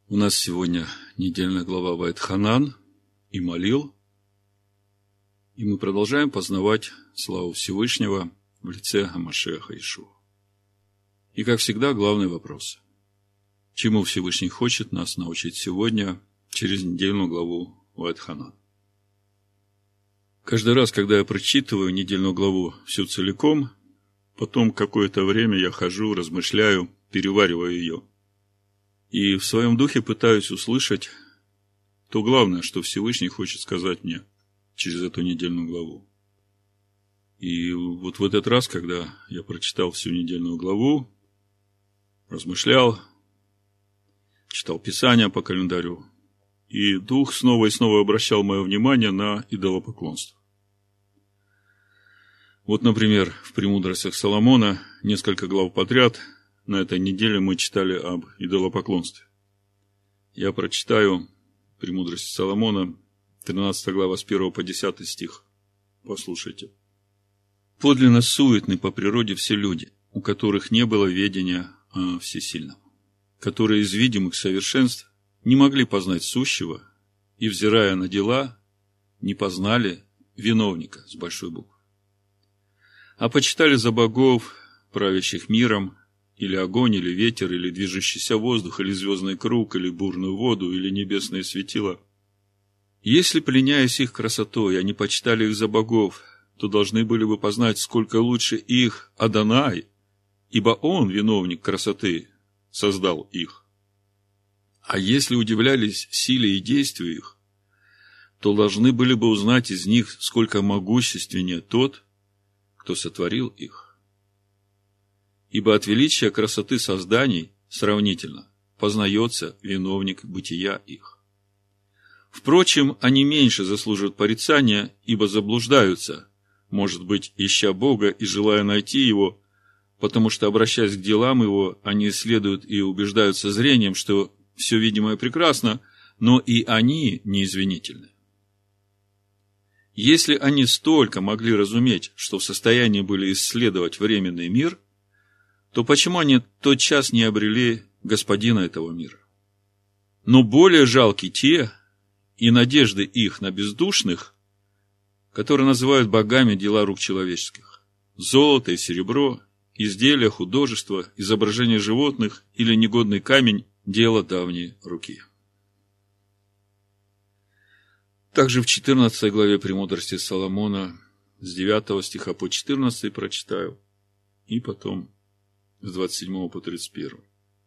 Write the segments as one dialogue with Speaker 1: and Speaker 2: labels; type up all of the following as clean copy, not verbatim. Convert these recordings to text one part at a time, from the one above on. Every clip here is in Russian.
Speaker 1: У нас сегодня недельная глава Ваэт-Ханан и Молил, и мы продолжаем познавать славу Всевышнего в лице ха-Машиаха Иешуа. И, как всегда, главный вопрос. Чему Всевышний хочет нас научить сегодня через недельную главу Ваэт-Ханан? Каждый раз, когда я прочитываю недельную главу всю целиком, потом какое-то время я хожу, размышляю, перевариваю ее. И в своем духе пытаюсь услышать то главное, что Всевышний хочет сказать мне через эту недельную главу. И вот в этот раз, когда я прочитал всю недельную главу, размышлял, читал Писание по календарю, и Дух снова и снова обращал мое внимание на идолопоклонство. Вот, например, в «Премудростях Соломона» несколько глав подряд на этой неделе мы читали об идолопоклонстве. Я прочитаю «Премудрости Соломона», 13 глава, с 1 по 10 стих. Послушайте. «Подлинно суетны по природе все люди, у которых не было ведения о Всесильном, которые из видимых совершенств не могли познать сущего и, взирая на дела, не познали виновника с большой буквы, а почитали за богов, правящих миром, или огонь, или ветер, или движущийся воздух, или звездный круг, или бурную воду, или небесные светила. Если, пленяясь их красотой, они почитали их за богов, то должны были бы познать, сколько лучше их Адонай, ибо Он, виновник красоты, создал их. А если удивлялись силе и действию их, то должны были бы узнать из них, сколько могущественнее тот, кто сотворил их. Ибо от величия красоты созданий сравнительно познается виновник бытия их. Впрочем, они меньше заслуживают порицания, ибо заблуждаются, может быть, ища Бога и желая найти Его, потому что, обращаясь к делам Его, они исследуют и убеждаются зрением, что все видимое прекрасно, но и они неизвинительны. Если они столько могли разуметь, что в состоянии были исследовать временный мир, то почему они тотчас не обрели господина этого мира? Но более жалки те, и надежды их на бездушных, которые называют богами дела рук человеческих: золото и серебро, изделия, художество, изображение животных или негодный камень – дело давней руки. Также в 14 главе «Премудрости Соломона» с 9 стиха по 14 прочитаю, и потом с 27 по 31.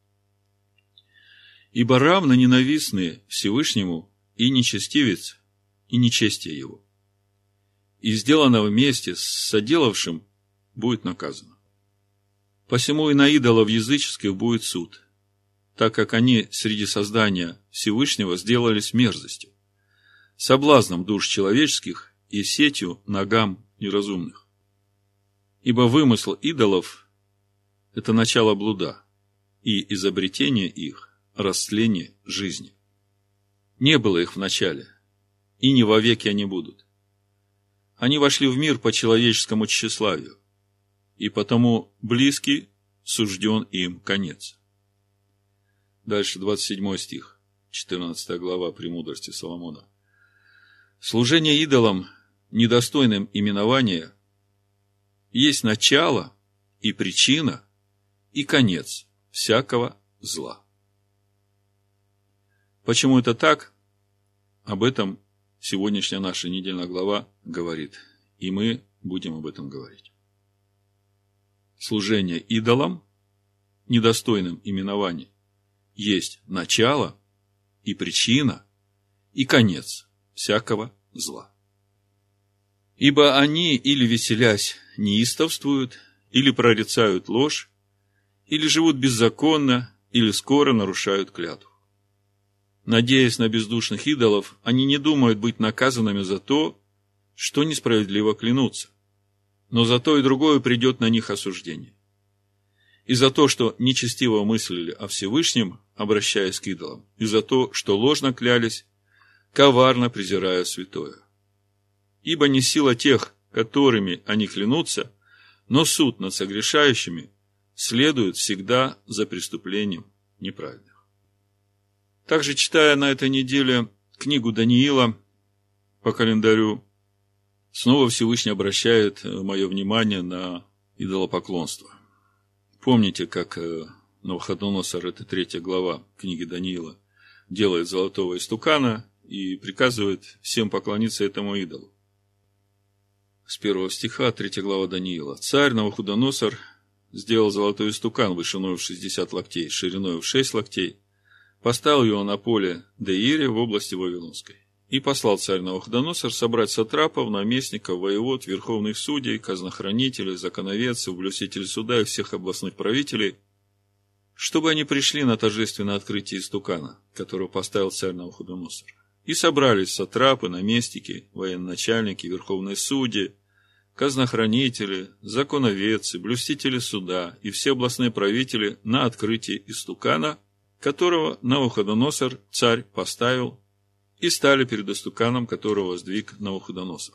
Speaker 1: «Ибо равно ненавистны Всевышнему и нечестивец, и нечестие его. И сделано вместе с соделавшим будет наказано. Посему и на идолов языческих будет суд, так как они среди создания Всевышнего сделались мерзостью, соблазном душ человеческих и сетью ногам неразумных. Ибо вымысл идолов – это начало блуда, и изобретение их – растление жизни. Не было их в начале, и не вовеки они будут. Они вошли в мир по человеческому тщеславию, и потому близкий сужден им конец». Дальше 27 стих, 14 глава «Премудрости Соломона». «Служение идолам, недостойным именования, есть начало и причина и конец всякого зла». Почему это так? Об этом сегодняшняя наша недельная глава говорит, и мы будем об этом говорить. Служение идолам, недостойным именования, есть начало и причина и конец всякого зла. Ибо они, или веселясь, неистовствуют, или прорицают ложь, или живут беззаконно, или скоро нарушают клятву. Надеясь на бездушных идолов, они не думают быть наказанными за то, что несправедливо клянутся, но за то и другое придет на них осуждение. И за то, что нечестиво мыслили о Всевышнем, обращаясь к идолам, и за то, что ложно клялись, коварно презирая святое. Ибо не сила тех, которыми они клянутся, но суд над согрешающими следует всегда за преступлением неправедных. Также, читая на этой неделе книгу Даниила по календарю, снова Всевышний обращает мое внимание на идолопоклонство. Помните, как Навуходоносор, это 3 глава книги Даниила, делает золотого истукана и приказывает всем поклониться этому идолу. С 1 стиха, 3 глава Даниила. Царь Навуходоносор сделал золотой истукан вышиной в 60 локтей, шириной в 6 локтей, поставил его на поле Деире в области Вавилонской. И послал царь Навуходоносор собрать сатрапов, наместников, воевод, верховных судей, казнохранителей, законоведцев, блюстителей суда и всех областных правителей, чтобы они пришли на торжественное открытие истукана, которого поставил царь Навуходоносор. И собрались сатрапы, наместники, военачальники, верховные судьи, казнохранители, законоведцы, блюстители суда и все областные правители на открытие истукана, которого Навуходоносор царь поставил, и стали перед истуканом, которого воздвиг Навуходоносор.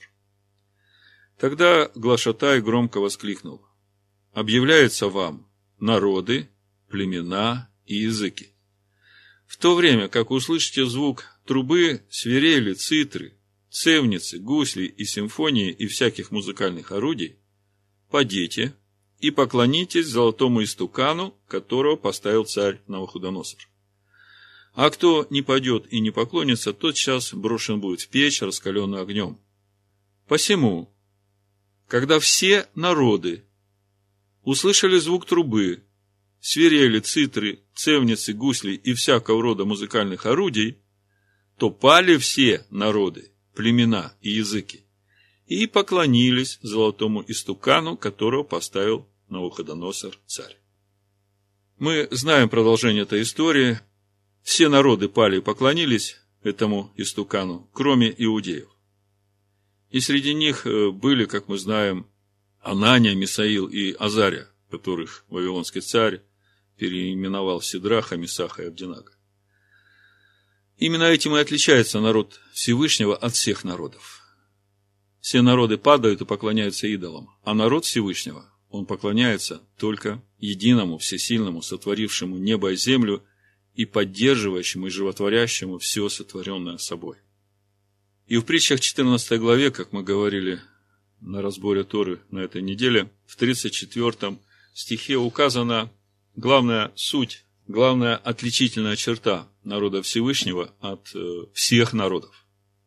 Speaker 1: Тогда глашатай громко воскликнул: «Объявляется вам народы, племена и языки. В то время, как услышите звук трубы, свирели, цитры, цевницы, гусли и симфонии и всяких музыкальных орудий, падите и поклонитесь золотому истукану, которого поставил царь Навуходоносор. А кто не падет и не поклонится, тот час брошен будет в печь, раскаленную огнем. Посему, когда все народы услышали звук трубы, свирели, цитры, цевницы, гусли и всякого рода музыкальных орудий, то пали все народы, племена и языки, и поклонились золотому истукану, которого поставил Навуходоносор царь». Мы знаем продолжение этой истории. Все народы пали и поклонились этому истукану, кроме иудеев. И среди них были, как мы знаем, Анания, Мисаил и Азария, которых вавилонский царь переименовал в Сидраха, Месаха и Абдинага. Именно этим и отличается народ Всевышнего от всех народов. Все народы падают и поклоняются идолам, а народ Всевышнего, он поклоняется только единому, всесильному, сотворившему небо и землю и поддерживающему и животворящему все сотворенное собой. И в притчах 14 главе, как мы говорили на разборе Торы на этой неделе, в 34 стихе указана главная суть, главная отличительная черта народа Всевышнего от всех народов.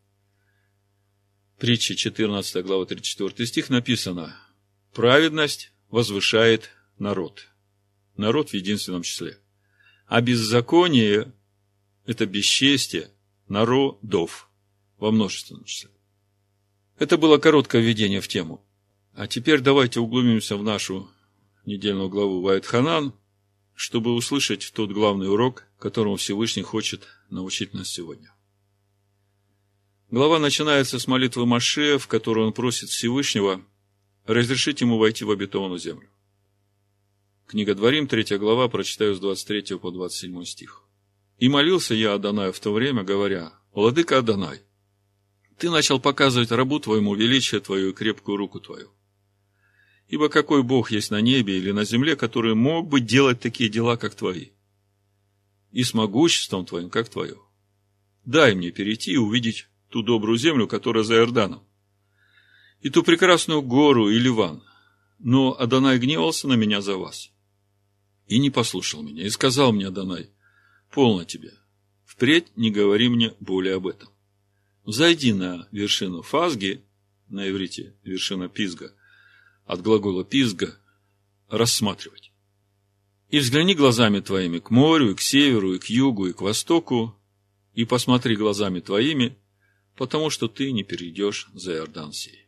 Speaker 1: Притча 14 глава 34 стих написано: «Праведность возвышает народ». Народ в единственном числе. А беззаконие – это бесчестие народов во множественном числе. Это было короткое введение в тему. А теперь давайте углубимся в нашу недельную главу Ваэт-Ханан, чтобы услышать тот главный урок, которому Всевышний хочет научить нас сегодня. Глава начинается с молитвы Моше, в которой он просит Всевышнего разрешить ему войти в обетованную землю. Книга Дворим, 3 глава, прочитаю с 23 по 27 стих. «И молился я Адонаю в то время, говоря: Владыка Адонай, ты начал показывать рабу твоему величие твое и крепкую руку твою. Ибо какой Бог есть на небе или на земле, который мог бы делать такие дела, как твои, и с могуществом твоим, как твое? Дай мне перейти и увидеть ту добрую землю, которая за Иорданом, и ту прекрасную гору и Ливан. Но Адонай гневался на меня за вас и не послушал меня, и сказал мне Адонай: полно тебе, впредь не говори мне более об этом. Взойди на вершину Фазги, на иврите вершина Пизга, от глагола Пизга – рассматривать. И взгляни глазами твоими к морю, и к северу, и к югу, и к востоку, и посмотри глазами твоими, потому что ты не перейдешь за Иордан сей».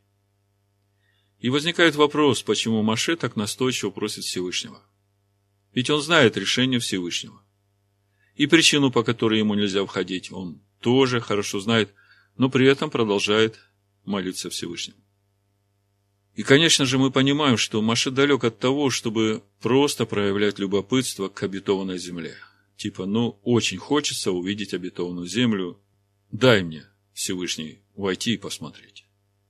Speaker 1: И возникает вопрос, почему Моше так настойчиво просит Всевышнего. Ведь он знает решение Всевышнего. И причину, по которой ему нельзя входить, он тоже хорошо знает, но при этом продолжает молиться Всевышнему. И, конечно же, мы понимаем, что Моше далек от того, чтобы просто проявлять любопытство к обетованной земле. Типа, очень хочется увидеть обетованную землю, дай мне, Всевышний, войти и посмотреть.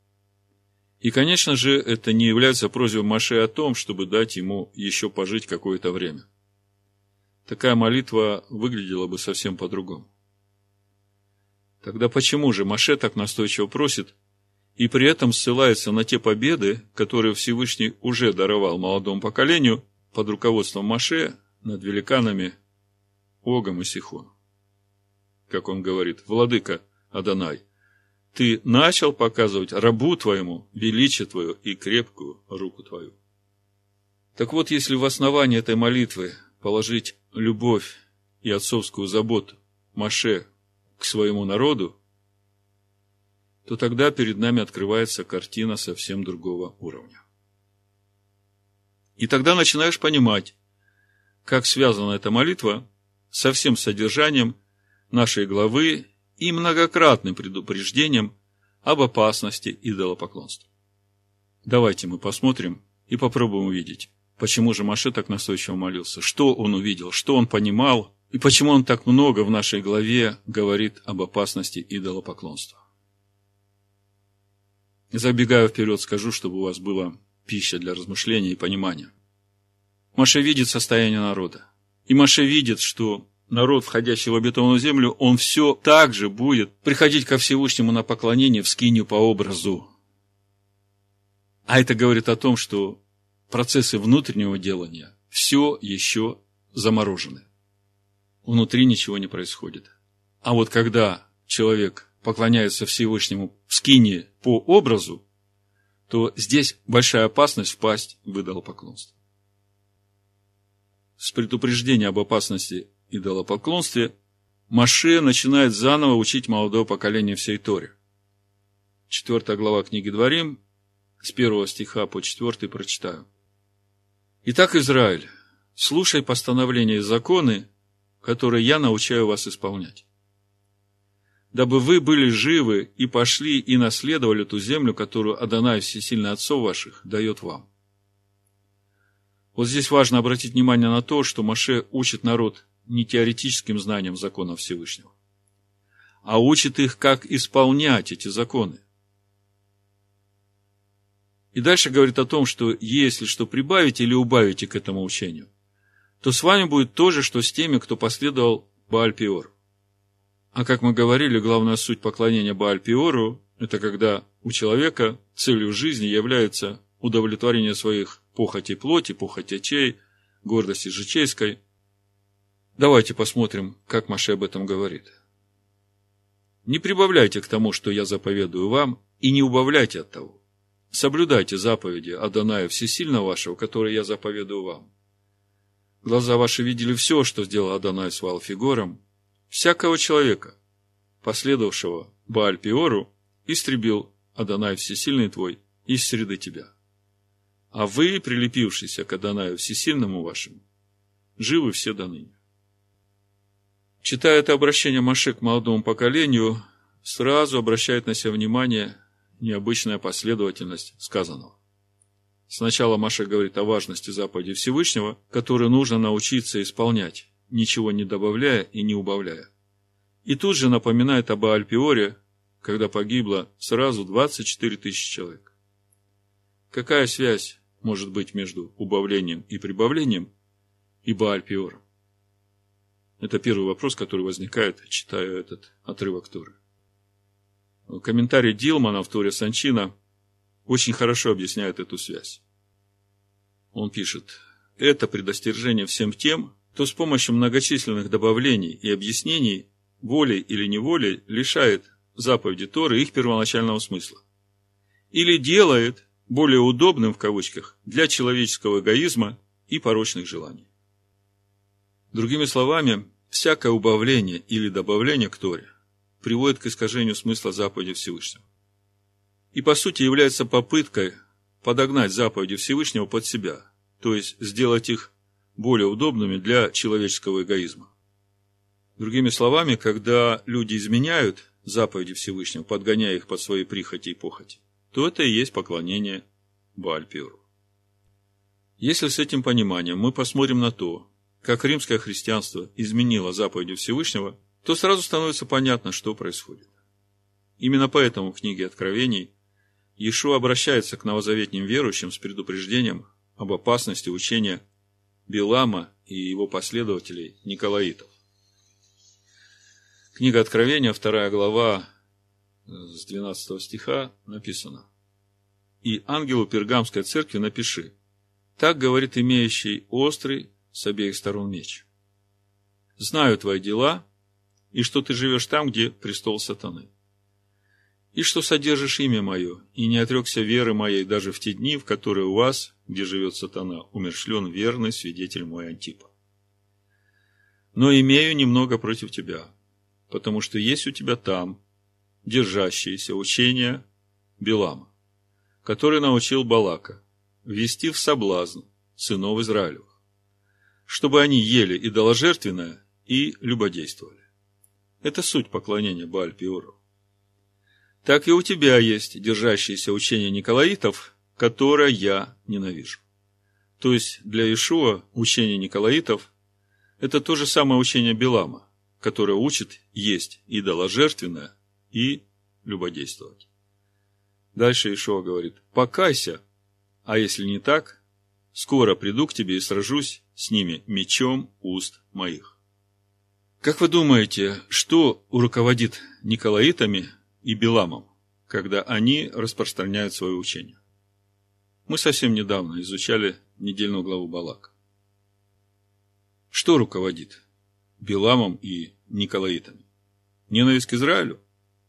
Speaker 1: И, конечно же, это не является просьбой Моше о том, чтобы дать ему еще пожить какое-то время. Такая молитва выглядела бы совсем по-другому. Тогда почему же Моше так настойчиво просит и при этом ссылается на те победы, которые Всевышний уже даровал молодому поколению под руководством Моше над великанами Огом и Сихоном? Как он говорит: «Владыка Адонай, ты начал показывать рабу твоему величие твое и крепкую руку твою». Так вот, если в основании этой молитвы положить любовь и отцовскую заботу Моше к своему народу, то тогда перед нами открывается картина совсем другого уровня. И тогда начинаешь понимать, как связана эта молитва со всем содержанием нашей главы и многократным предупреждением об опасности идолопоклонства. Давайте мы посмотрим и попробуем увидеть, почему же Моше так настойчиво молился, что он увидел, что он понимал, и почему он так много в нашей главе говорит об опасности идолопоклонства. Забегая вперед, скажу, чтобы у вас была пища для размышления и понимания. Моше видит состояние народа. И Моше видит, что народ, входящий в обетованную землю, он все так же будет приходить ко Всевышнему на поклонение в скинию по образу. А это говорит о том, что процессы внутреннего делания все еще заморожены. Внутри ничего не происходит. А вот когда человек поклоняется Всевышнему в скинии по образу, то здесь большая опасность впасть в идолопоклонство. С предупреждения об опасности идолопоклонстве Моше начинает заново учить молодое поколение всей Торе. 4 глава книги Дворим, с 1 стиха по 4 прочитаю. «Итак, Израиль, слушай постановления и законы, которые я научаю вас исполнять, дабы вы были живы и пошли и наследовали ту землю, которую Адонай, всесильный отцов ваших, дает вам». Вот здесь важно обратить внимание на то, что Моше учит народ не теоретическим знанием законов Всевышнего, а учит их, как исполнять эти законы. И дальше говорит о том, что если что прибавите или убавите к этому учению, то с вами будет то же, что с теми, кто последовал Бааль-Пеору. А как мы говорили, главная суть поклонения Бааль-Пеору – это когда у человека целью жизни является удовлетворение своих похотей плоти, похоти очей, гордости житейской. Давайте посмотрим, как Моше об этом говорит. «Не прибавляйте к тому, что я заповедую вам, и не убавляйте от того. Соблюдайте заповеди Адоная Всесильного вашего, которые я заповедую вам. Глаза ваши видели все, что сделал Адонай с Ваал-Фигором. Всякого человека, последовавшего Бааль-Пеору, истребил Адонай Всесильный твой из среды тебя. А вы, прилепившиеся к Адонаю Всесильному вашему, живы все до ныне». Читая это обращение Моше к молодому поколению, сразу обращает на себя внимание необычная последовательность сказанного. Сначала Моше говорит о важности заповеди Всевышнего, которые нужно научиться исполнять, ничего не добавляя и не убавляя. И тут же напоминает об Бааль-Пеоре, когда погибло сразу 24 тысячи человек. Какая связь может быть между убавлением и прибавлением и Бааль-Пеором? Это первый вопрос, который возникает, читая этот отрывок Торы. Комментарий Дилмана в Торе Санчина очень хорошо объясняет эту связь. Он пишет: «Это предостережение всем тем, кто с помощью многочисленных добавлений и объяснений волей или неволей лишает заповеди Торы их первоначального смысла или делает более удобным, в кавычках, для человеческого эгоизма и порочных желаний». Другими словами, всякое убавление или добавление к Торе приводит к искажению смысла заповеди Всевышнего. И по сути является попыткой подогнать заповеди Всевышнего под себя, то есть сделать их более удобными для человеческого эгоизма. Другими словами, когда люди изменяют заповеди Всевышнего, подгоняя их под свои прихоти и похоти, то это и есть поклонение Бааль-Пеору. Если с этим пониманием мы посмотрим на то, как римское христианство изменило заповеди Всевышнего, то сразу становится понятно, что происходит. Именно поэтому в книге Откровений Иешуа обращается к новозаветним верующим с предупреждением об опасности учения Билама и его последователей Николаитов. Книга Откровения, 2 глава, с 12 стиха написано: «И ангелу Пергамской церкви напиши: так говорит имеющий острый с обеих сторон меч. Знаю твои дела, и что ты живешь там, где престол сатаны, и что содержишь имя мое, и не отрекся веры моей даже в те дни, в которые у вас, где живет сатана, умерщвлен верный свидетель мой Антипа. Но имею немного против тебя, потому что есть у тебя там держащиеся учения Билама, который научил Балака ввести в соблазн сынов Израилевых, чтобы они ели идоложертвенное и любодействовали». Это суть поклонения Бааль-Пеору. Так и у тебя есть держащиеся учения Николаитов, которое я ненавижу. То есть для Иешуа учение Николаитов – это то же самое учение Билама, которое учит есть идоложертвенное и любодействовать. Дальше Иешуа говорит: покайся, а если не так, скоро приду к тебе и сражусь с ними мечом уст моих. Как вы думаете, что руководит Николаитами и Биламом, когда они распространяют свое учение? Мы совсем недавно изучали недельную главу Балака. Что руководит Биламом и Николаитами? Ненависть к Израилю?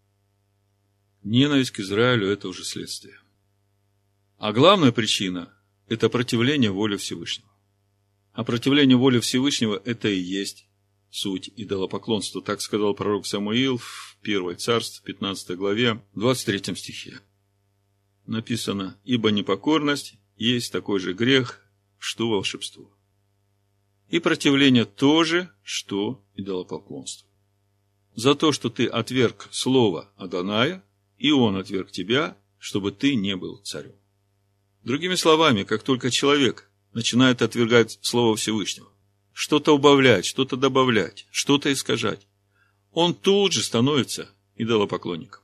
Speaker 1: Ненависть к Израилю – это уже следствие. А главная причина – это противление воле Всевышнего. А противление воле Всевышнего – это и есть суть идолопоклонства. Так сказал пророк Самуил в 1 Царств, 15 главе, 23 стихе. Написано: «Ибо непокорность есть такой же грех, что волшебство. И противление тоже, что идолопоклонство. За то, что ты отверг слово Адоная, и он отверг тебя, чтобы ты не был царем». Другими словами, как только человек начинает отвергать слово Всевышнего, что-то убавлять, что-то добавлять, что-то искажать, он тут же становится идолопоклонником.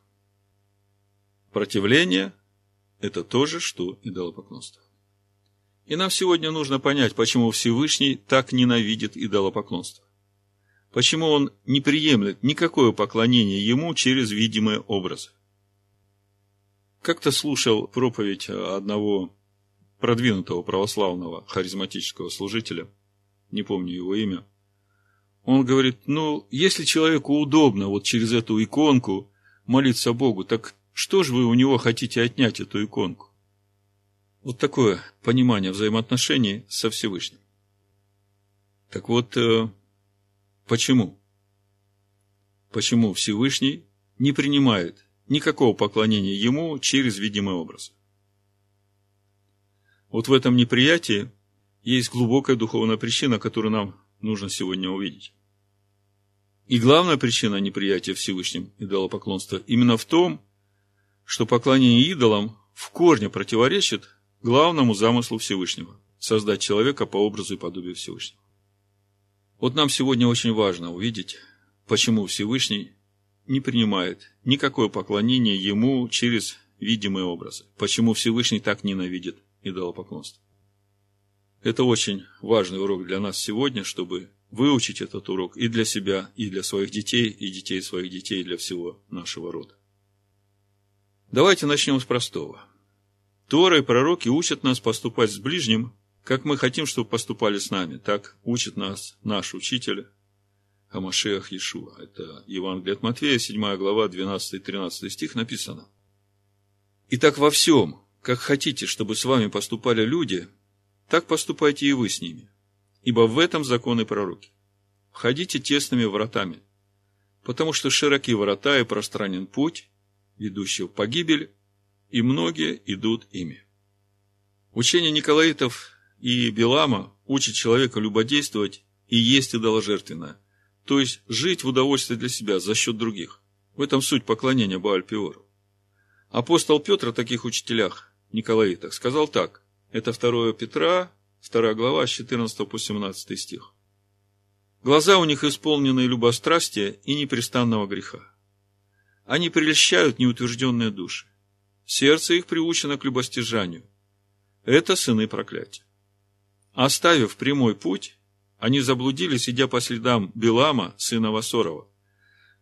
Speaker 1: Противление – это то же, что идолопоклонство. И нам сегодня нужно понять, почему Всевышний так ненавидит идолопоклонство. Почему он не приемлет никакое поклонение ему через видимые образы. Как-то слушал проповедь одного продвинутого православного харизматического служителя, не помню его имя. Он говорит: если человеку удобно вот через эту иконку молиться Богу, так что же вы у него хотите отнять эту иконку? Вот такое понимание взаимоотношений со Всевышним. Так вот, почему? Почему Всевышний не принимает никакого поклонения ему через видимый образ? Вот в этом неприятии есть глубокая духовная причина, которую нам нужно сегодня увидеть. И главная причина неприятия Всевышним идолопоклонства именно в том, что поклонение идолам в корне противоречит главному замыслу Всевышнего – создать человека по образу и подобию Всевышнего. Вот нам сегодня очень важно увидеть, почему Всевышний не принимает никакое поклонение ему через видимые образы, почему Всевышний так ненавидит идолопоклонство. Это очень важный урок для нас сегодня, чтобы выучить этот урок и для себя, и для своих детей, и детей своих детей, и для всего нашего рода. Давайте начнем с простого. Тора и пророки учат нас поступать с ближним, как мы хотим, чтобы поступали с нами. Так учит нас наш учитель ха-Машиах Иешуа. Это Евангелие от Матфея, 7 глава, 12-13 стих написано: «Итак, во всем, как хотите, чтобы с вами поступали люди, так поступайте и вы с ними, ибо в этом закон и пророки. Входите тесными вратами, потому что широки врата и пространен путь, ведущий в погибель, и многие идут ими». Учение Николаитов и Билама учит человека любодействовать и есть идоложертвенное, то есть жить в удовольствии для себя за счет других. В этом суть поклонения Бааль-Пеору. Апостол Петр о таких учителях, Николаитах, сказал так. Это 2 Петра, 2 глава, с 14 по 17 стих. «Глаза у них исполнены любострастия и непрестанного греха. Они прельщают неутвержденные души. Сердце их приучено к любостяжанию. Это сыны проклятия. Оставив прямой путь, они заблудились, идя по следам Билама, сына Васорова,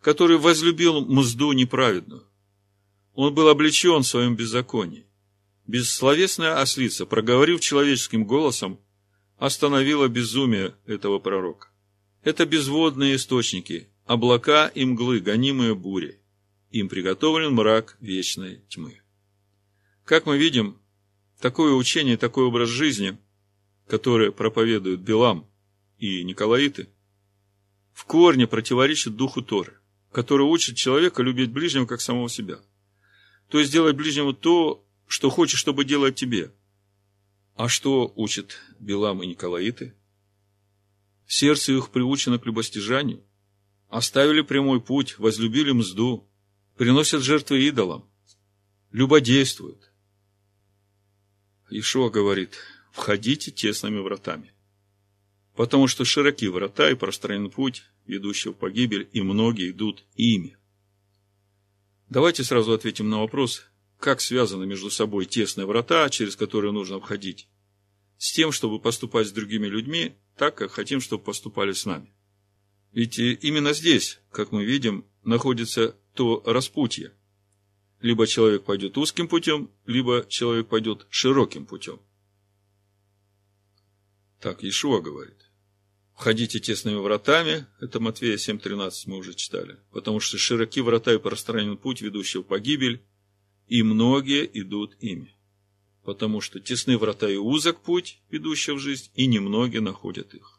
Speaker 1: который возлюбил мзду неправедную. Он был облечен в своем беззаконии. Бессловесная ослица, проговорив человеческим голосом, остановила безумие этого пророка. Это безводные источники, облака и мглы, гонимые бурей. Им приготовлен мрак вечной тьмы. Как мы видим, такое учение, такой образ жизни, который проповедуют Билам и Николаиты, в корне противоречит духу Торы, который учит человека любить ближнего как самого себя. То есть делать ближнему то, что хочешь, чтобы делать тебе. А что учат Билам и Николаиты? Сердце их приучено к любостяжанию, оставили прямой путь, возлюбили мзду, приносят жертвы идолам, любодействуют. Иешуа говорит: входите тесными вратами, потому что широки врата и пространен путь, ведущий в погибель, и многие идут ими. Давайте сразу ответим на вопрос, как связаны между собой тесные врата, через которые нужно входить, с тем, чтобы поступать с другими людьми так, как хотим, чтобы поступали с нами. Ведь именно здесь, как мы видим, находится то распутье. Либо человек пойдет узким путем, либо человек пойдет широким путем. Так Иешуа говорит: входите тесными вратами, это Матфея 7:13 мы уже читали, потому что широки врата и пространен путь, ведущий в погибель, и многие идут ими. Потому что тесны врата и узок путь, ведущий в жизнь, и немногие находят их.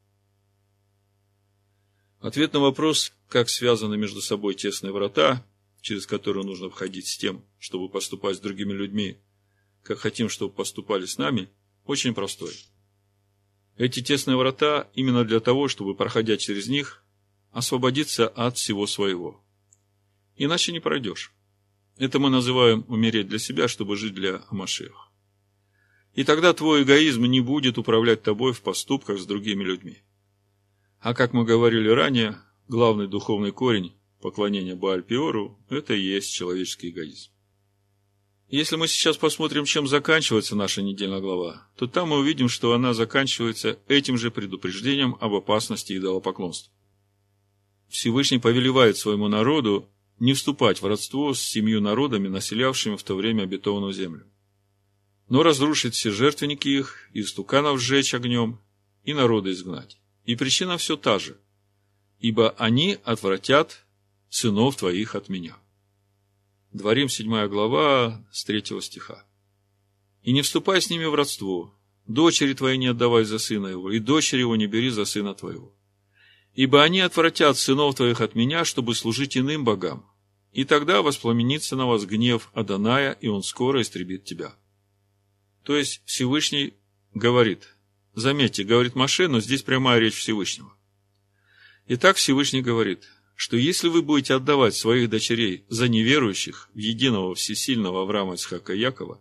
Speaker 1: Ответ на вопрос, как связаны между собой тесные врата, через которые нужно входить с тем, чтобы поступать с другими людьми, как хотим, чтобы поступали с нами, очень простой. Эти тесные врата именно для того, чтобы, проходя через них, освободиться от всего своего. Иначе не пройдешь. Это мы называем умереть для себя, чтобы жить для Машиаха. И тогда твой эгоизм не будет управлять тобой в поступках с другими людьми. А как мы говорили ранее, главный духовный корень поклонения Бааль-Пеору – это и есть человеческий эгоизм. Если мы сейчас посмотрим, чем заканчивается наша недельная глава, то там мы увидим, что она заканчивается этим же предупреждением об опасности идолопоклонства. Всевышний повелевает своему народу не вступать в родство с 7 народами, населявшими в то время обетованную землю, но разрушить все жертвенники их, и истуканов сжечь огнем, и народы изгнать. И причина все та же: ибо они отвратят сынов твоих от меня. Дворим 7 глава, с 3 стиха. И не вступай с ними в родство, дочери твоей не отдавай за сына его, и дочери его не бери за сына твоего. Ибо они отвратят сынов твоих от меня, чтобы служить иным богам, и тогда воспламенится на вас гнев Адоная, и он скоро истребит тебя. То есть Всевышний говорит, заметьте, говорит Моше, но здесь прямая речь Всевышнего. Итак, Всевышний говорит, что если вы будете отдавать своих дочерей за неверующих в единого всесильного Авраама, Исхака и Якова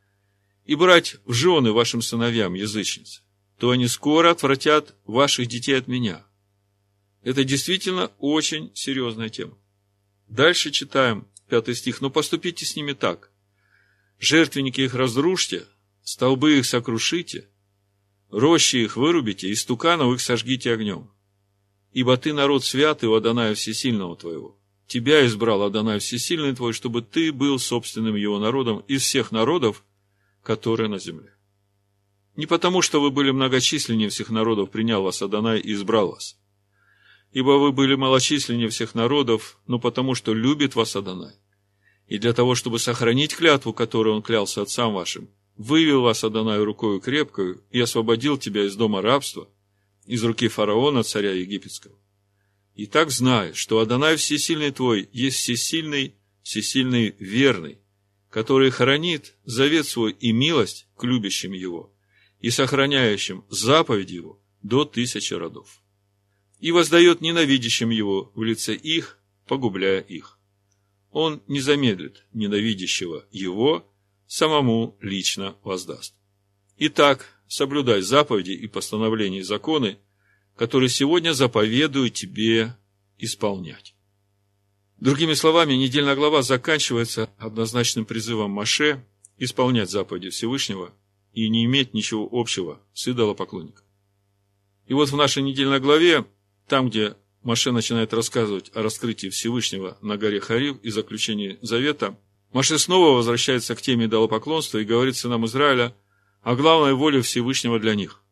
Speaker 1: и брать в жены вашим сыновьям язычниц, то они скоро отвратят ваших детей от меня. Это действительно очень серьезная тема. Дальше читаем 5 стих. Но поступите с ними так: жертвенники их разрушьте, столбы их сокрушите, рощи их вырубите, и стуканов их сожгите огнем. Ибо ты народ святый у Адоная Всесильного твоего. Тебя избрал Адонай Всесильный твой, чтобы ты был собственным его народом из всех народов, которые на земле. Не потому, что вы были многочисленнее всех народов, принял вас Адонай и избрал вас. Ибо вы были малочисленнее всех народов, но потому, что любит вас Адонай. И для того, чтобы сохранить клятву, которую он клялся отцам вашим, вывел вас Адонай рукою крепкою и освободил тебя из дома рабства, из руки фараона, царя египетского. И так знай, что Адонай Всесильный твой есть всесильный, всесильный верный, который хранит завет свой и милость к любящим его и сохраняющим заповедь его до 1000 родов. И воздает ненавидящим его в лице их, погубляя их. Он не замедлит ненавидящего его, самому лично воздаст. Итак, соблюдай заповеди и постановления и законы, которые сегодня заповедую тебе исполнять. Другими словами, недельная глава заканчивается однозначным призывом Моше исполнять заповеди Всевышнего и не иметь ничего общего с идолопоклонником. И вот в нашей недельной главе, там, где Моше начинает рассказывать о раскрытии Всевышнего на горе Хорив и заключении завета, Моше снова возвращается к теме идолопоклонства и говорит сынам Израиля о главной воле Всевышнего для них.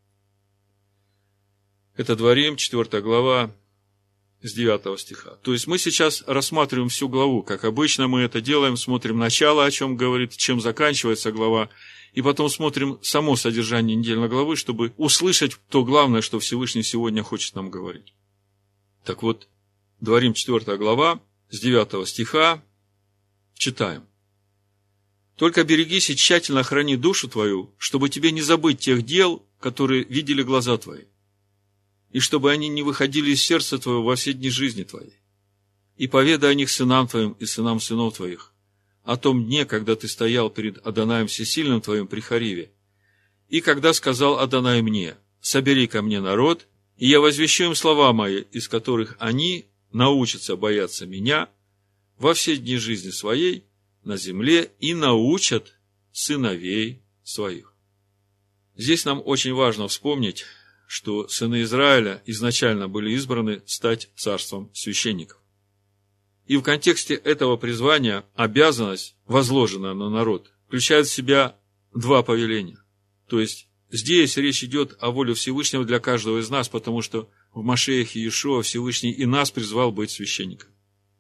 Speaker 1: Это Дворим, 4 глава, с 9 стиха. То есть мы сейчас рассматриваем всю главу, как обычно мы это делаем, смотрим начало, о чем говорит, чем заканчивается глава, и потом смотрим само содержание недельной главы, чтобы услышать то главное, что Всевышний сегодня хочет нам говорить. Так вот, Дворим, 4 глава, с 9 стиха, читаем. «Только берегись и тщательно храни душу твою, чтобы тебе не забыть тех дел, которые видели глаза твои, и чтобы они не выходили из сердца твоего во все дни жизни твоей. И поведай о них сынам твоим и сынам сынов твоих, о том дне, когда ты стоял перед Адонаем Всесильным твоим при Хориве, и когда сказал Адонай мне, собери ко мне народ, и я возвещу им слова мои, из которых они научатся бояться меня во все дни жизни своей на земле и научат сыновей своих». Здесь нам очень важно вспомнить, что сыны Израиля изначально были избраны стать царством священников. И в контексте этого призвания обязанность, возложенная на народ, включает в себя два повеления. То есть здесь речь идет о воле Всевышнего для каждого из нас, потому что в Машиахе Иешуа Всевышний и нас призвал быть священниками.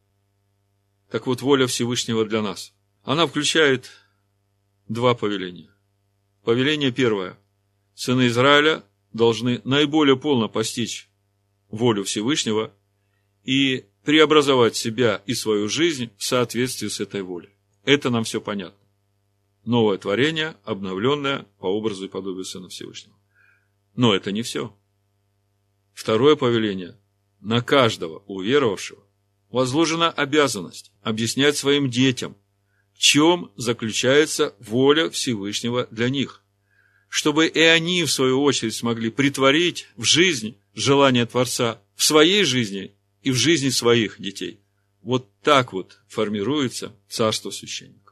Speaker 1: Так вот, воля Всевышнего для нас. Она включает два повеления. Повеление первое. Сыны Израиля должны наиболее полно постичь волю Всевышнего и преобразовать себя и свою жизнь в соответствии с этой волей. Это нам все понятно. Новое творение, обновленное по образу и подобию Сына Всевышнего. Но это не все. Второе повеление. На каждого уверовавшего возложена обязанность объяснять своим детям, в чем заключается воля Всевышнего для них, чтобы и они, в свою очередь, смогли претворить в жизнь желание Творца в своей жизни и в жизни своих детей. Вот так вот формируется царство священников.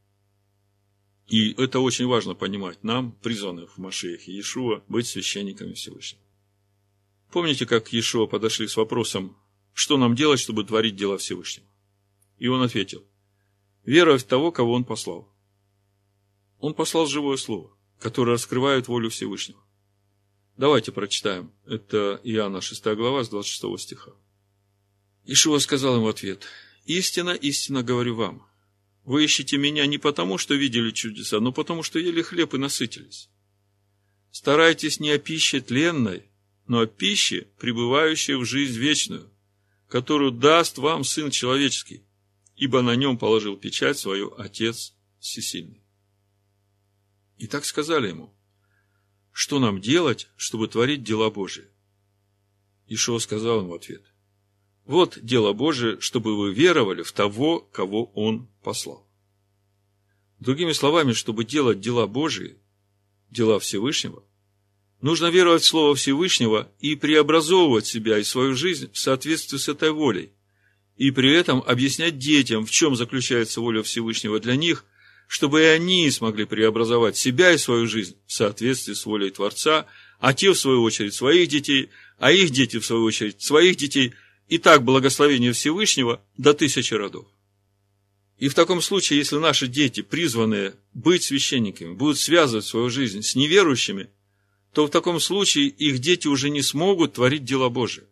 Speaker 1: И это очень важно понимать нам, призванным в Машиахе Иешуа, быть священниками Всевышнего. Помните, как к Иешуа подошли с вопросом, что нам делать, чтобы творить дела Всевышнего? И он ответил: веровать в того, кого он послал. Он послал живое слово, которое раскрывает волю Всевышнего. Давайте прочитаем. Это Иоанна 6 глава с 26 стиха. Иешуа сказал им в ответ: истинно, истинно говорю вам, вы ищете меня не потому, что видели чудеса, но потому, что ели хлеб и насытились. Старайтесь не о пище тленной, но о пище, пребывающей в жизнь вечную, которую даст вам Сын Человеческий, ибо на нем положил печать свою Отец Всесильный. И так сказали ему: что нам делать, чтобы творить дела Божии? Иешуа сказал им в ответ: вот дело Божие, чтобы вы веровали в того, кого Он послал. Другими словами, чтобы делать дела Божии, дела Всевышнего, нужно веровать в Слово Всевышнего и преобразовывать себя и свою жизнь в соответствии с этой волей, и при этом объяснять детям, в чем заключается воля Всевышнего для них, чтобы и они смогли преобразовать себя и свою жизнь в соответствии с волей Творца, а те, в свою очередь, своих детей, а их дети, в свою очередь, своих детей, и так благословение Всевышнего до 1000 родов. И в таком случае, если наши дети, призванные быть священниками, будут связывать свою жизнь с неверующими, то в таком случае их дети уже не смогут творить дела Божии.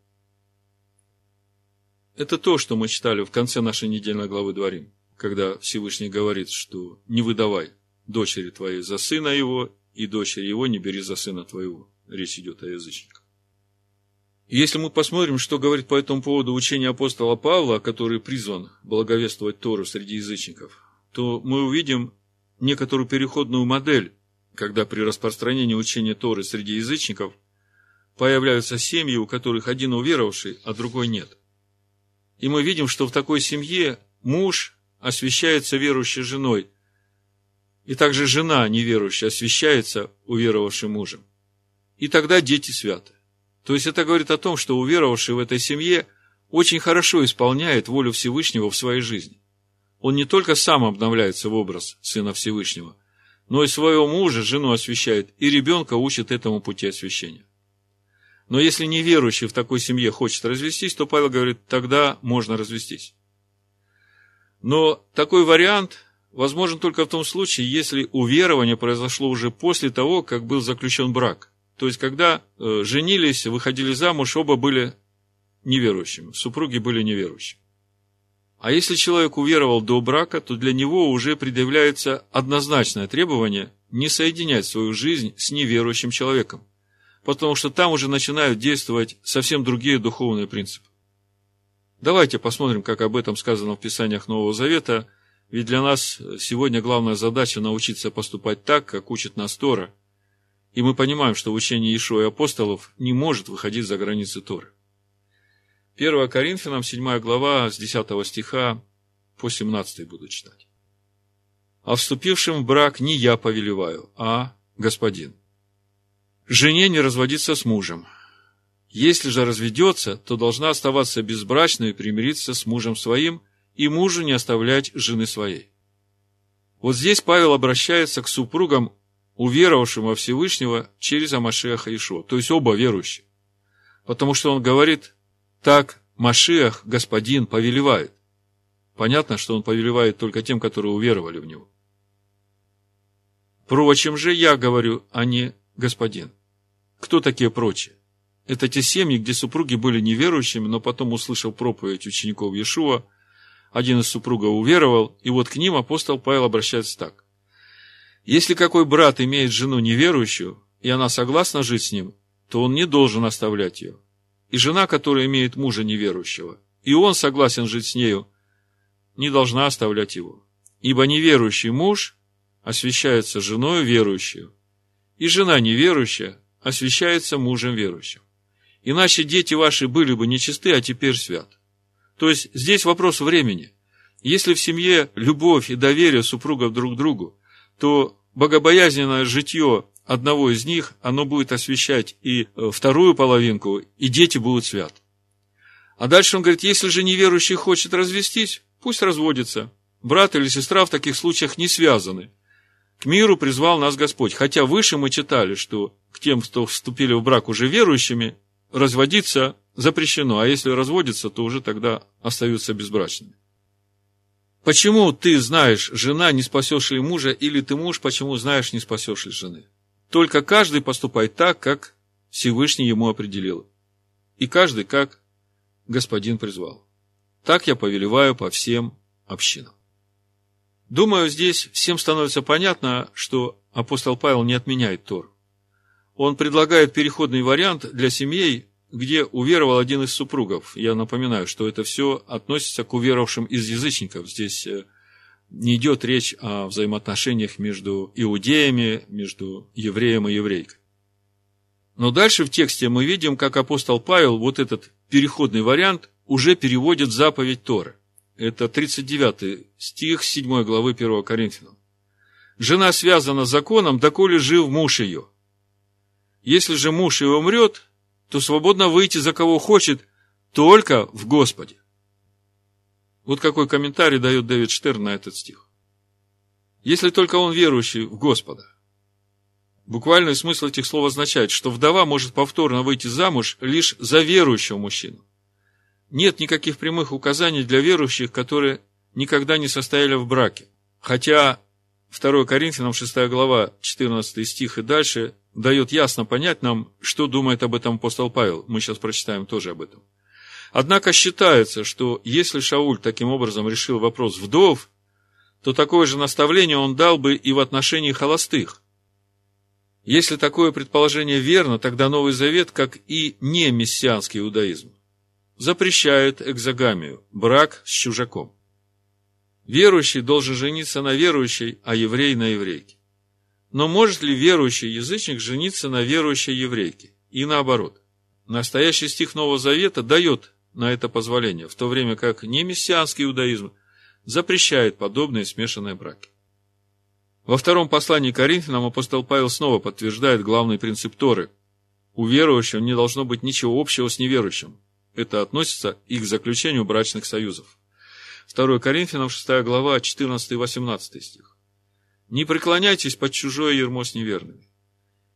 Speaker 1: Это то, что мы читали в конце нашей недельной главы Дворим, когда Всевышний говорит, что не выдавай дочери твоей за сына его, и дочери его не бери за сына твоего. Речь идет о язычниках. И если мы посмотрим, что говорит по этому поводу учение апостола Павла, который призван благовествовать Тору среди язычников, то мы увидим некоторую переходную модель, когда при распространении учения Торы среди язычников появляются семьи, у которых один уверовавший, а другой нет. И мы видим, что в такой семье муж освящается верующей женой, и также жена неверующая освящается уверовавшим мужем. И тогда дети святы. То есть это говорит о том, что уверовавший в этой семье очень хорошо исполняет волю Всевышнего в своей жизни. Он не только сам обновляется в образ Сына Всевышнего, но и своего мужа, жену освящает, и ребенка учит этому пути освящения. Но если неверующий в такой семье хочет развестись, то Павел говорит, тогда можно развестись. Но такой вариант возможен только в том случае, если уверование произошло уже после того, как был заключен брак. То есть, когда женились, выходили замуж, оба были неверующими, супруги были неверующими. А если человек уверовал до брака, то для него уже предъявляется однозначное требование не соединять свою жизнь с неверующим человеком, потому что там уже начинают действовать совсем другие духовные принципы. Давайте посмотрим, как об этом сказано в Писаниях Нового Завета, ведь для нас сегодня главная задача научиться поступать так, как учит нас Тора, и мы понимаем, что учение Иешуа и апостолов не может выходить за границы Торы. 1 Коринфянам, 7 глава, с 10 стиха по 17 буду читать. «А вступившим в брак не я повелеваю, а Господин. Жене не разводиться с мужем. Если же разведется, то должна оставаться безбрачной и примириться с мужем своим, и мужу не оставлять жены своей». Вот здесь Павел обращается к супругам, уверовавшим во Всевышнего через Амашиаха Иешуа, то есть оба верующие. Потому что он говорит, так Машиах, Господин, повелевает. Понятно, что он повелевает только тем, которые уверовали в него. Прочим же я говорю, а не Господин. Кто такие прочие? Это те семьи, где супруги были неверующими, но потом, услышав проповедь учеников Иешуа, один из супругов уверовал, и вот к ним апостол Павел обращается так. Если какой брат имеет жену неверующую, и она согласна жить с ним, то он не должен оставлять ее. И жена, которая имеет мужа неверующего, и он согласен жить с нею, не должна оставлять его. Ибо неверующий муж освящается женою верующую, и жена неверующая освящается мужем верующим. Иначе дети ваши были бы нечисты, а теперь святы. То есть, здесь вопрос времени. Если в семье любовь и доверие супругов друг к другу, то богобоязненное житье одного из них, оно будет освящать и вторую половинку, и дети будут святы. А дальше он говорит, если же неверующий хочет развестись, пусть разводится. Брат или сестра в таких случаях не связаны. К миру призвал нас Господь. Хотя выше мы читали, что к тем, кто вступили в брак уже верующими, разводиться запрещено, а если разводятся, то уже тогда остаются безбрачными. Почему ты знаешь, жена, не спасешь ли мужа, или ты муж, почему знаешь, не спасешь ли жены? Только каждый поступает так, как Всевышний ему определил. И каждый, как Господин призвал. Так я повелеваю по всем общинам. Думаю, здесь всем становится понятно, что апостол Павел не отменяет Тору. Он предлагает переходный вариант для семей, где уверовал один из супругов. Я напоминаю, что это все относится к уверовавшим из язычников. Здесь не идет речь о взаимоотношениях между иудеями, между евреем и еврейкой. Но дальше в тексте мы видим, как апостол Павел вот этот переходный вариант уже переводит в заповедь Торы. Это 39 стих 7 главы 1 Коринфянам. «Жена связана законом, доколе жив муж ее. Если же муж ее умрет, то свободно выйти за кого хочет, только в Господе». Вот какой комментарий дает Дэвид Штерн на этот стих. Если только он верующий в Господа. Буквальный смысл этих слов означает, что вдова может повторно выйти замуж лишь за верующего мужчину. Нет никаких прямых указаний для верующих, которые никогда не состояли в браке. Хотя 2 Коринфянам 6 глава 14 стих и дальше дает ясно понять нам, что думает об этом апостол Павел. Мы сейчас прочитаем тоже об этом. Однако считается, что если Шауль таким образом решил вопрос вдов, то такое же наставление он дал бы и в отношении холостых. Если такое предположение верно, тогда Новый Завет, как и не мессианский иудаизм, запрещает экзогамию, брак с чужаком. Верующий должен жениться на верующей, а еврей на еврейке. Но может ли верующий язычник жениться на верующей еврейке? И наоборот. Настоящий стих Нового Завета дает на это позволение, в то время как немессианский иудаизм запрещает подобные смешанные браки. Во втором послании к Коринфянам апостол Павел снова подтверждает главный принцип Торы. У верующего не должно быть ничего общего с неверующим. Это относится и к заключению брачных союзов. 2 Коринфянам 6 глава 14 и 18 стих. «Не преклоняйтесь под чужое ярмо с неверными.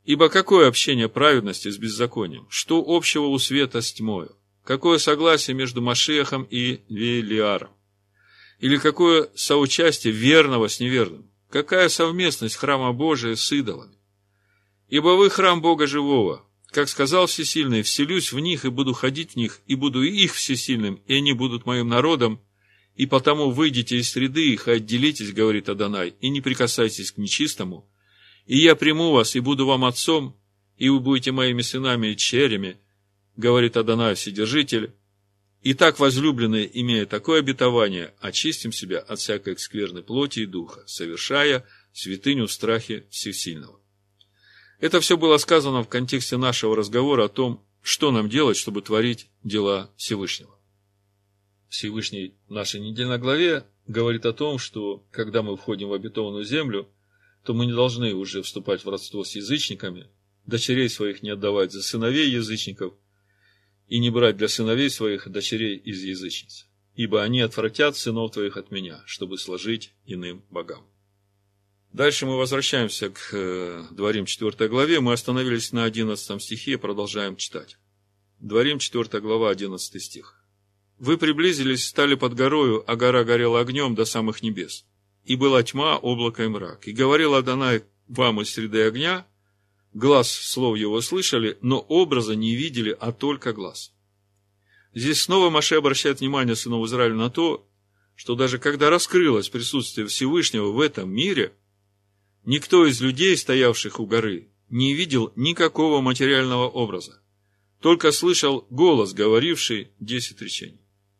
Speaker 2: Ибо какое общение праведности с беззаконием? Что общего у света с тьмою? Какое согласие между Машиахом и Велиаром? Или какое соучастие верного с неверным? Какая совместность храма Божия с идолами? Ибо вы храм Бога живого. Как сказал Всесильный, вселюсь в них и буду ходить в них, и буду их всесильным, и они будут моим народом, и потому выйдите из среды их и отделитесь, говорит Адонай, и не прикасайтесь к нечистому, и я приму вас, и буду вам отцом, и вы будете моими сынами и черями, говорит Адонай Вседержитель. Итак, возлюбленные, имея такое обетование, очистим себя от всякой скверной плоти и духа, совершая святыню в страхе Всесильного. Это все было сказано в контексте нашего разговора о том, что нам делать, чтобы творить дела Всевышнего. Всевышний в нашей недельной главе говорит о том, что когда мы входим в обетованную землю, то мы не должны уже вступать в родство с язычниками, дочерей своих не отдавать за сыновей язычников и не брать для сыновей своих дочерей из язычниц, ибо они отвратят сынов твоих от меня, чтобы служить иным богам. Дальше мы возвращаемся к Дворим 4 главе. Мы остановились на 11 стихе и продолжаем читать. Дворим 4 глава, 11 стих. «Вы приблизились, стали под горою, а гора горела огнем до самых небес. И была тьма, облако и мрак. И говорил Адонай вам из среды огня, глаз слов его слышали, но образа не видели, а только глаз». Здесь снова Моше обращает внимание сынов Израиля на то, что даже когда раскрылось присутствие Всевышнего в этом мире, никто из людей, стоявших у горы, не видел никакого материального образа, только слышал голос, говоривший 10 речений.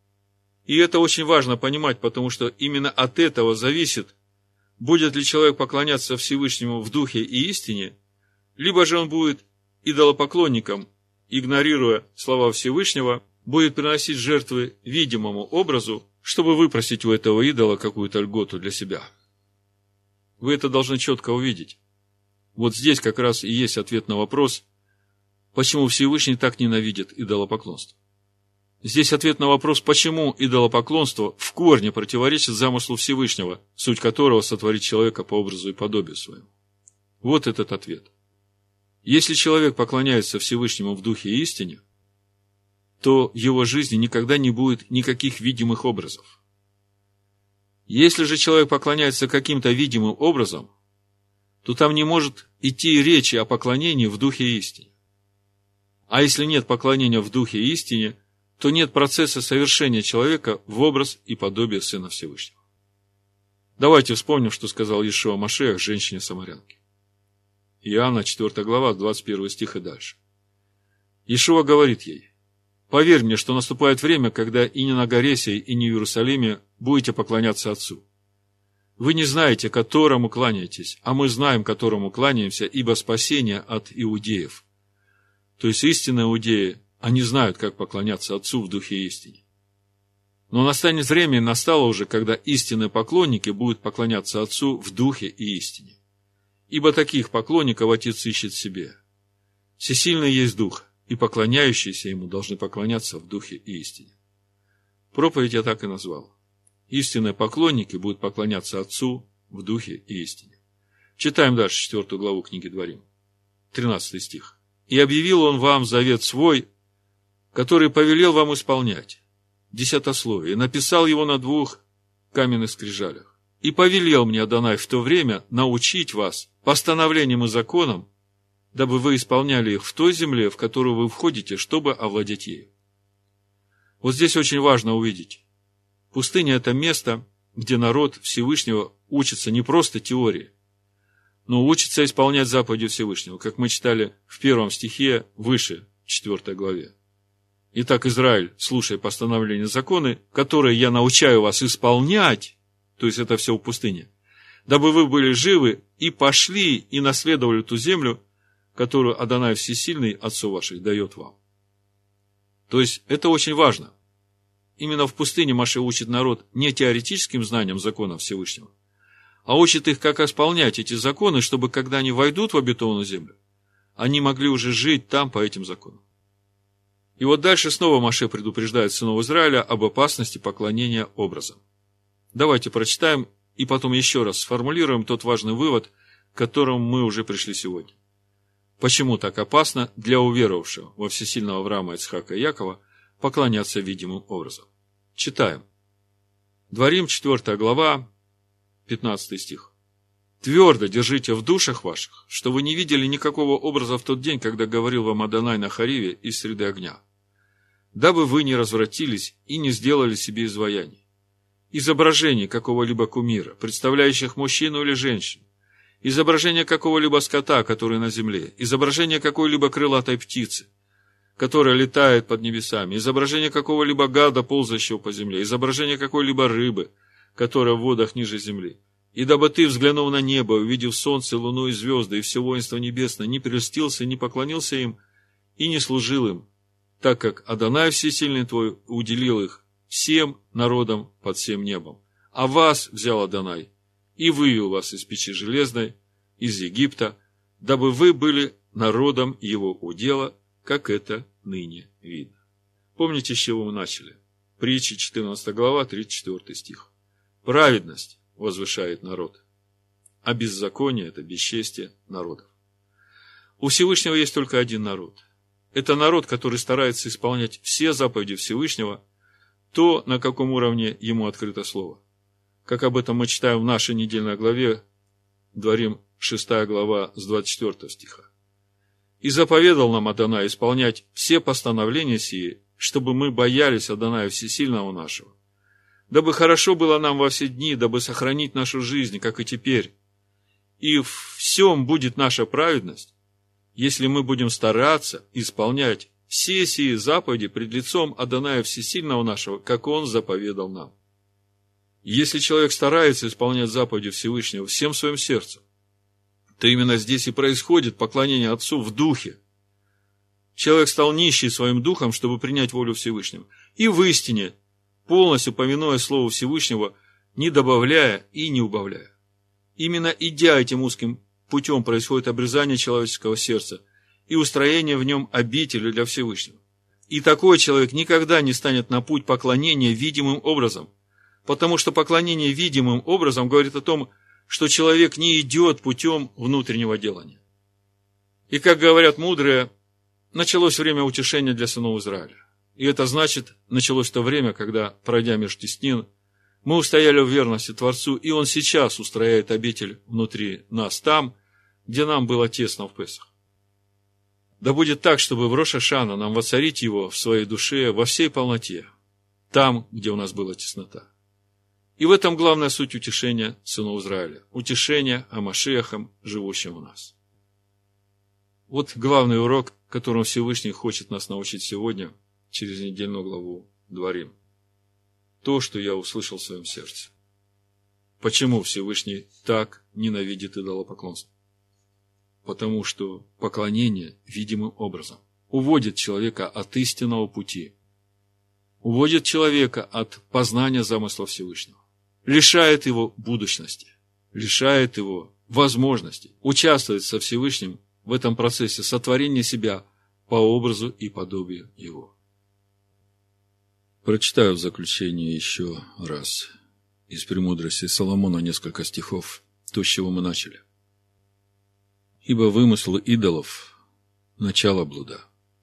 Speaker 2: И это очень важно понимать, потому что именно от этого зависит, будет ли человек поклоняться Всевышнему в духе и истине, либо же он будет идолопоклонником, игнорируя слова Всевышнего, будет приносить жертвы видимому образу, чтобы выпросить у этого идола какую-то льготу для себя. Вы это должны четко увидеть. Вот здесь как раз и есть ответ на вопрос, почему Всевышний так ненавидит идолопоклонство. Здесь ответ на вопрос, почему идолопоклонство в корне противоречит замыслу Всевышнего, суть которого сотворить человека по образу и подобию своему. Вот этот ответ. Если человек поклоняется Всевышнему в духе и истине, то в его жизни никогда не будет никаких видимых образов. Если же человек поклоняется каким-то видимым образом, то там не может идти речи о поклонении в духе и истине. А если нет поклонения в духе и истине, то нет процесса совершения человека в образ и подобие Сына Всевышнего. Давайте вспомним, что сказал Иешуа Машиах женщине-самарянке. Иоанна 4 глава, 21 стих и дальше. Иешуа говорит ей: «Поверь мне, что наступает время, когда и не на горе сей, и не в Иерусалиме будете поклоняться Отцу. Вы не знаете, которому кланяетесь, а мы знаем, которому кланяемся, ибо спасение от иудеев». То есть истинные иудеи, они знают, как поклоняться Отцу в духе и истине. Но настанет время, и настало уже, когда истинные поклонники будут поклоняться Отцу в духе и истине. Ибо таких поклонников Отец ищет себе. Всесильный есть Дух, и поклоняющиеся Ему должны поклоняться в духе и истине. Проповедь я так и назвал. Истинные поклонники будут поклоняться Отцу в духе и истине. Читаем дальше 4 главу книги Дворим. 13 стих. «И объявил Он вам завет свой, который повелел вам исполнять». Десятословие. «И написал его на 2 каменных скрижалях. И повелел мне Адонай в то время научить вас постановлениям и законам, дабы вы исполняли их в той земле, в которую вы входите, чтобы овладеть ею». Вот здесь очень важно увидеть. Пустыня – это место, где народ Всевышнего учится не просто теории, но учится исполнять заповеди Всевышнего, как мы читали в 1 стихе выше, 4 главе. «Итак, Израиль, слушай постановления и законы, которые я научаю вас исполнять», то есть это все в пустыне, «дабы вы были живы и пошли и наследовали ту землю, которую Адонай Всесильный, Отцу ваших, дает вам». То есть это очень важно. Именно в пустыне Моше учит народ не теоретическим знаниям законов Всевышнего, а учит их, как исполнять эти законы, чтобы, когда они войдут в обетованную землю, они могли уже жить там по этим законам. И вот дальше снова Моше предупреждает сынов Израиля об опасности поклонения образам. Давайте прочитаем и потом еще раз сформулируем тот важный вывод, к которому мы уже пришли сегодня. почему так опасно для уверовавшего во всесильного Авраама, Ицхака и Якова поклоняться видимым образом. Читаем. Дворим, 4 глава, 15 стих. «Твердо держите в душах ваших, что вы не видели никакого образа в тот день, когда говорил вам Адонай на Хориве из среды огня, дабы вы не развратились и не сделали себе изваяний, изображений какого-либо кумира, представляющих мужчину или женщину, изображение какого-либо скота, который на земле, изображение какой-либо крылатой птицы, которая летает под небесами, изображение какого-либо гада, ползающего по земле, изображение какой-либо рыбы, которая в водах ниже земли. И дабы ты, взглянув на небо, увидев солнце, луну и звезды, и все воинство небесное, не прельстился, не поклонился им, и не служил им, так как Адонай Всесильный твой уделил их всем народам под всем небом. А вас взял Адонай и вывел вас из печи железной, из Египта, дабы вы были народом его удела, как это ныне видно». Помните, с чего мы начали? Притчи, 14 глава, 34 стих. Праведность возвышает народ, а беззаконие – это бесчестие народов. У Всевышнего есть только один народ. Это народ, который старается исполнять все заповеди Всевышнего, то, на каком уровне ему открыто слово. Как об этом мы читаем в нашей недельной главе, Дворим, 6 глава, с 24 стиха. «И заповедал нам Адонай исполнять все постановления сии, чтобы мы боялись Адоная Всесильного нашего, дабы хорошо было нам во все дни, дабы сохранить нашу жизнь, как и теперь. И в всем будет наша праведность, если мы будем стараться исполнять все сии заповеди пред лицом Адоная Всесильного нашего, как Он заповедал нам». Если человек старается исполнять заповеди Всевышнего всем своим сердцем, то именно здесь и происходит поклонение Отцу в духе. Человек стал нищий своим духом, чтобы принять волю Всевышнего. И в истине, полностью повинуя Слову Всевышнего, не добавляя и не убавляя. Именно идя этим узким путем происходит обрезание человеческого сердца и устроение в нем обители для Всевышнего. И такой человек никогда не станет на путь поклонения видимым образом, потому что поклонение видимым образом говорит о том, что человек не идет путем внутреннего делания. И, как говорят мудрые, началось время утешения для сынов Израиля. И это значит, началось то время, когда, пройдя меж теснин, мы устояли в верности Творцу, и Он сейчас устрояет обитель внутри нас там, где нам было тесно в Песах. Да будет так, чтобы в Рош ха-Шана нам воцарить Его в своей душе во всей полноте, там, где у нас была теснота. И в этом главная суть утешения сынов Израиля. Утешение о Машиахе, живущем в нас. Вот главный урок, которым Всевышний хочет нас научить сегодня, через недельную главу Дворим. То, что я услышал в своем сердце. Почему Всевышний так ненавидит идолопоклонство? Потому что поклонение видимым образом уводит человека от истинного пути, уводит человека от познания замысла Всевышнего, лишает его будущности, лишает его возможности участвовать со Всевышним в этом процессе сотворения себя по образу и подобию Его.
Speaker 1: Прочитаю в заключение еще раз из «Премудрости Соломона» несколько стихов, то, с чего мы начали. «Ибо вымыслы идолов – начало блуда,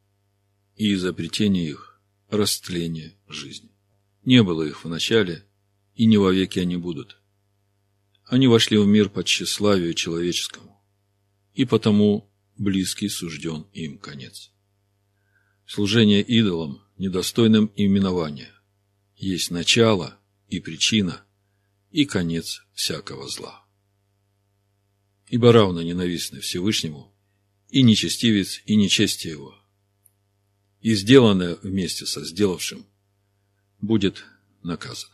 Speaker 1: и изобретение их – растление жизни. Не было их в начале, и не вовеки они будут. Они вошли в мир по тщеславию человеческому, и потому близкий сужден им конец. Служение идолам, недостойным именования, есть начало и причина, и конец всякого зла. Ибо равно ненавистны Всевышнему и нечестивец, и нечестие его, и сделанное вместе со сделавшим будет наказано».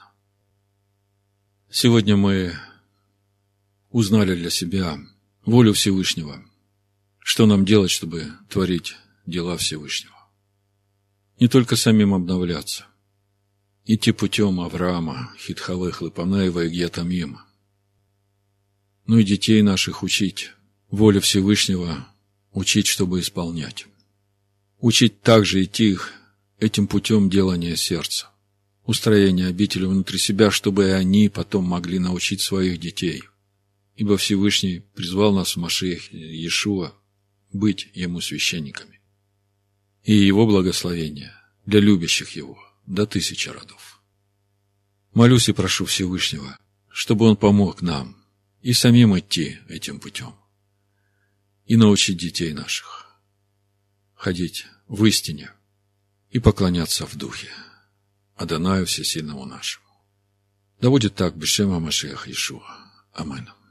Speaker 1: Сегодня мы узнали для себя волю Всевышнего, что нам делать, чтобы творить дела Всевышнего. Не только самим обновляться, идти путем Авраама, Хитхалех, Лепанеева и Гьятамима, но и детей наших учить воле Всевышнего, учить, чтобы исполнять. Учить также идти их этим путем делания сердца, устроения обители внутри себя, чтобы и они потом могли научить своих детей. Ибо Всевышний призвал нас в Машиахе Иешуа
Speaker 2: быть Ему священниками. И Его благословение для любящих Его до 1000 родов. Молюсь и прошу Всевышнего, чтобы Он помог нам и самим идти этим путем, и научить детей наших ходить в истине и поклоняться в духе Адонаю Всесильному нашему. Да будет так, бешем Машиах Иешуа. Амин.